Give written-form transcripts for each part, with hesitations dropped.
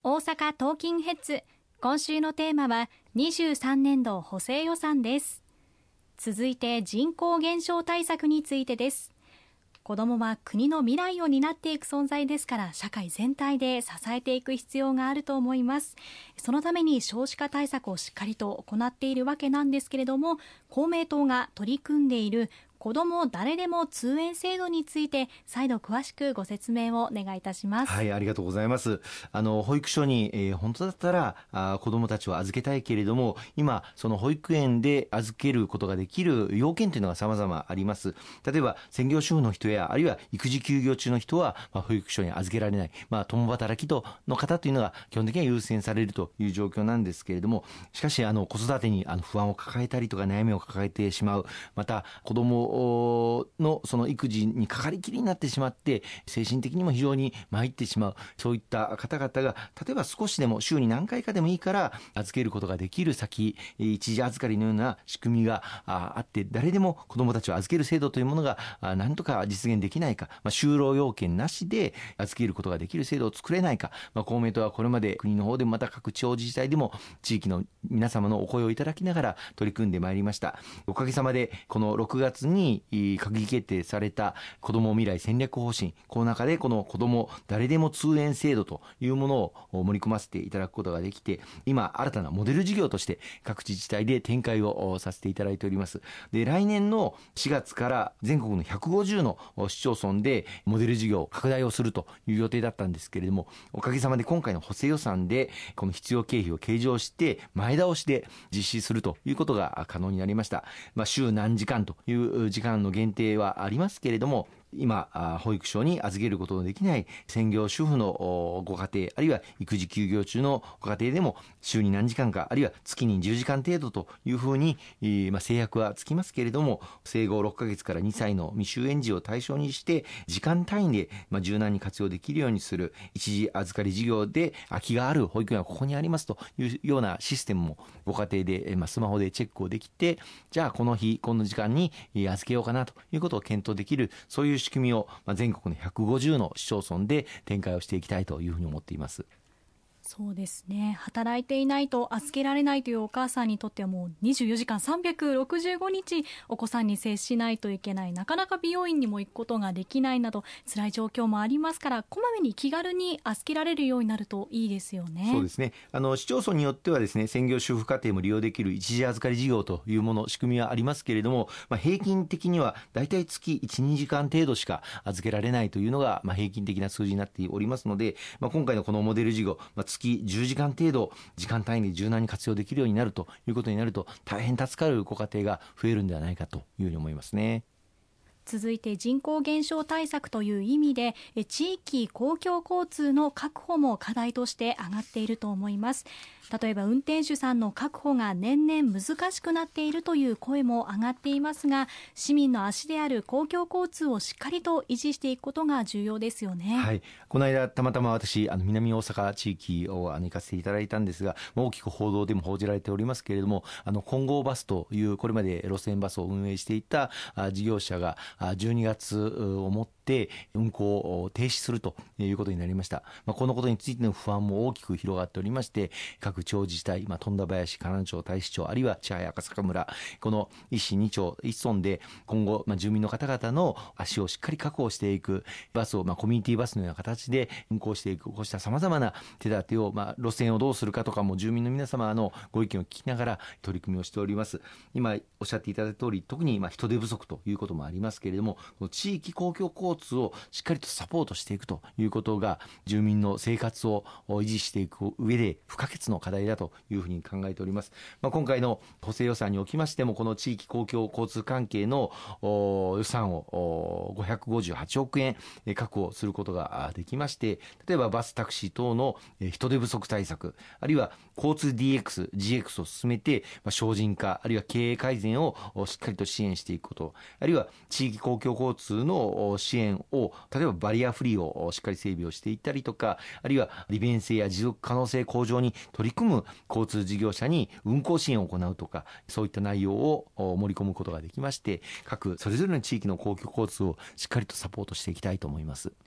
大阪トーキンヘッズ、今週のテーマは23年度補正予算です。続いて人口減少対策についてです。子どもは国の未来を担っていく存在ですから、社会全体で支えていく必要があると思います。そのために少子化対策をしっかりと行っているわけなんですけれども、公明党が取り組んでいる子ども誰でも通園制度について再度詳しくご説明をお願いいたします。 はい、ありがとうございます。保育所に、本当だったら子どもたちを預けたいけれども、今その保育園で預けることができる要件というのが様々あります。例えば専業主婦の人や、あるいは育児休業中の人は、保育所に預けられない、共働きの方というのが基本的には優先されるという状況なんですけれども、しかし子育てに不安を抱えたりとか悩みを抱えてしまう、また子どものその育児にかかりきりになってしまって精神的にも非常に参ってしまう、そういった方々が例えば少しでも週に何回かでもいいから預けることができる先、一時預かりのような仕組みがあって、誰でも子どもたちを預ける制度というものが何とか実現できないか、就労要件なしで預けることができる制度を作れないか、公明党はこれまで国の方でもまた各地方自治体でも地域の皆様のお声をいただきながら取り組んでまいりました。おかげさまでこの6月に閣議決定された子ども未来戦略方針、この中でこの子ども誰でも通園制度というものを盛り込ませていただくことができて、今新たなモデル事業として各自治体で展開をさせていただいております。で、来年の4月から全国の150の市町村でモデル事業を拡大をするという予定だったんですけれども、おかげさまで今回の補正予算でこの必要経費を計上して前倒しで実施するということが可能になりました。週何時間という時間の限定はありますけれども、今保育所に預けることのできない専業主婦のご家庭、あるいは育児休業中のご家庭でも週に何時間か、あるいは月に10時間程度というふうに、制約はつきますけれども、生後6ヶ月から2歳の未就園児を対象にして時間単位で柔軟に活用できるようにする一時預かり事業で、空きがある保育園はここにありますというようなシステムもご家庭でスマホでチェックをできて、じゃあこの日この時間に預けようかなということを検討できる、そういう仕組みを全国の150の市町村で展開をしていきたいというふうに思っています。 そうですね、働いていないと預けられないというお母さんにとってはもう24時間365日お子さんに接しないといけない、なかなか美容院にも行くことができないなど辛い状況もありますから、こまめに気軽に預けられるようになるといいですよね。 そうですね、市町村によってはですね、専業主婦家庭も利用できる一時預かり事業というもの仕組みはありますけれども、平均的にはだいたい月 1,2 時間程度しか預けられないというのが平均的な数字になっておりますので、今回のこのモデル事業、月10時間程度時間単位で柔軟に活用できるようになるということになると、大変助かるご家庭が増えるんではないかというふうに思いますね。 続いて人口減少対策という意味で地域公共交通の確保も課題として上がっていると思います。例えば運転手さんの確保が年々難しくなっているという声も上がっていますが、市民の足である公共交通をしっかりと維持していくことが重要ですよね。 はい、この間たまたま私南大阪地域を行かせていただいたんですが、大きく報道でも報じられておりますけれども、金剛バスというこれまで路線バスを運営していた事業者が12月をもって運行を停止するということになりました。このことについての不安も大きく広がっておりまして、各地方自治体、富田林、河南町、太子町、あるいは千早赤坂村、この1市2町1村で今後、住民の方々の足をしっかり確保していくバスを、コミュニティバスのような形で運行していく、こうしたさまざまな手立てを、路線をどうするかとかも住民の皆様のご意見を聞きながら取り組みをしております。今おっしゃっていただいた通り、特に人手不足ということもありますけれども、この地域公共交通をしっかりとサポートしていくということが住民の生活を維持していく上で不可欠の課題だというふうに考えております。今回の補正予算におきましても、この地域公共交通関係の予算を558億円確保することができまして、例えばバスタクシー等の人手不足対策、あるいは交通 DX、GX を進めて省人化、あるいは経営改善をしっかりと支援していくこと、あるいは地域公共交通の支援を、例えばバリアフリーをしっかり整備をしていったりとか、あるいは利便性や持続可能性向上に取り組む交通事業者に運行支援を行うとか、そういった内容を盛り込むことができまして、各それぞれの地域の公共交通をしっかりとサポートしていきたいと思います。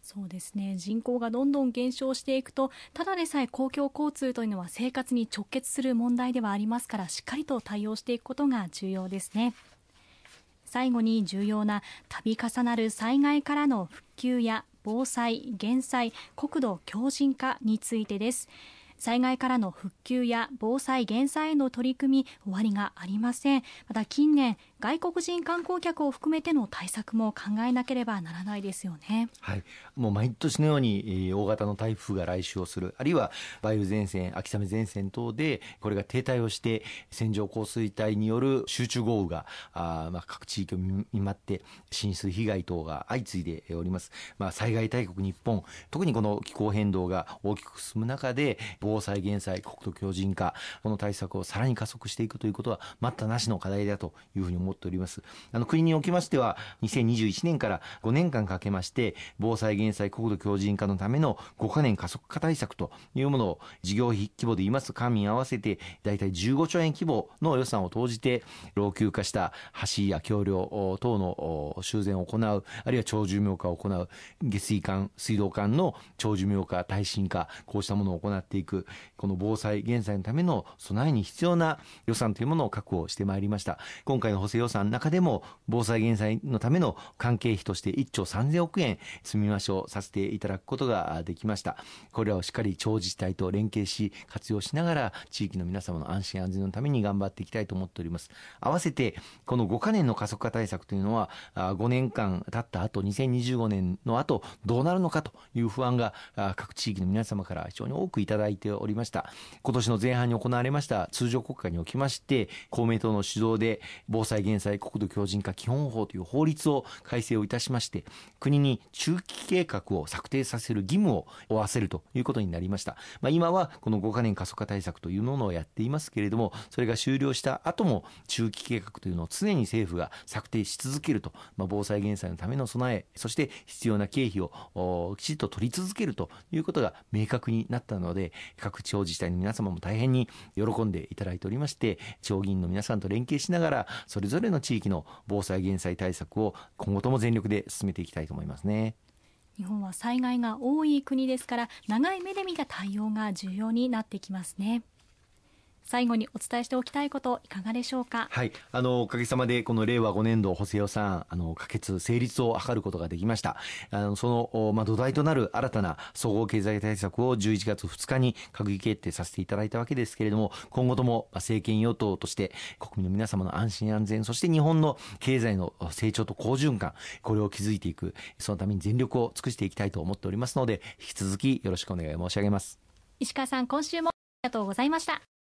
そうですね、人口がどんどん減少していくと、ただでさえ公共交通というのは生活に直結する問題ではありますから、しっかりと対応していくことが重要ですね。最後に重要な度重なる災害からの復旧や防災・減災・国土強靭化についてです。災害からの復旧や防災・減災への取り組み、終わりがありません。また近年、外国人観光客を含めての対策も考えなければならないですよね。 はい、もう毎年のように大型の台風が来襲をする、あるいは梅雨前線、秋雨前線等でこれが停滞をして線状降水帯による集中豪雨が各地域を見舞って浸水被害等が相次いでおります。災害大国日本、特にこの気候変動が大きく進む中で防災・減災、国土強靭化、この対策をさらに加速していくということは待ったなしの課題だというふうに思っております。国におきましては2021年から5年間かけまして防災・減災・国土強靭化のための5カ年加速化対策というものを事業費規模で言いますと官民合わせてだいたい15兆円規模の予算を投じて老朽化した橋や橋梁等の修繕を行う、あるいは長寿命化を行う、下水管・水道管の長寿命化・耐震化、こうしたものを行っていく、この防災・減災のための備えに必要な予算というものを確保してまいりました。今回の補正予算の中でも防災・減災のための関係費として1兆3000億円積み増しをさせていただくことができました。これらをしっかり地方自治体と連携し活用しながら地域の皆様の安心安全のために頑張っていきたいと思っております。合わせてこの5カ年の加速化対策というのは5年間経った後、2025年の後どうなるのかという不安が各地域の皆様から非常に多くいただいておりました。今年の前半に行われました通常国会におきまして公明党の主導で防災・減災・国土強靭化基本法という法律を改正をいたしまして、国に中期計画を策定させる義務を負わせるということになりました。今はこの5カ年加速化対策というものをやっていますけれども、それが終了した後も中期計画というのを常に政府が策定し続けると、防災・減災のための備え、そして必要な経費をきちっと取り続けるということが明確になったので、各地方自治体の皆様も大変に喜んでいただいておりまして、地方議員の皆さんと連携しながらそれぞれの地域の防災・減災対策を今後とも全力で進めていきたいと思いますね。 日本は災害が多い国ですから、長い目で見た対応が重要になってきますね。最後にお伝えしておきたいこといかがでしょうか。 はい、おかげさまでこの令和5年度補正予算可決成立を図ることができました。その、土台となる新たな総合経済対策を11月2日に閣議決定させていただいたわけですけれども、今後とも政権与党として国民の皆様の安心安全、そして日本の経済の成長と好循環、これを築いていく、そのために全力を尽くしていきたいと思っておりますので、引き続きよろしくお願い申し上げます。 石川さん、今週もありがとうございました。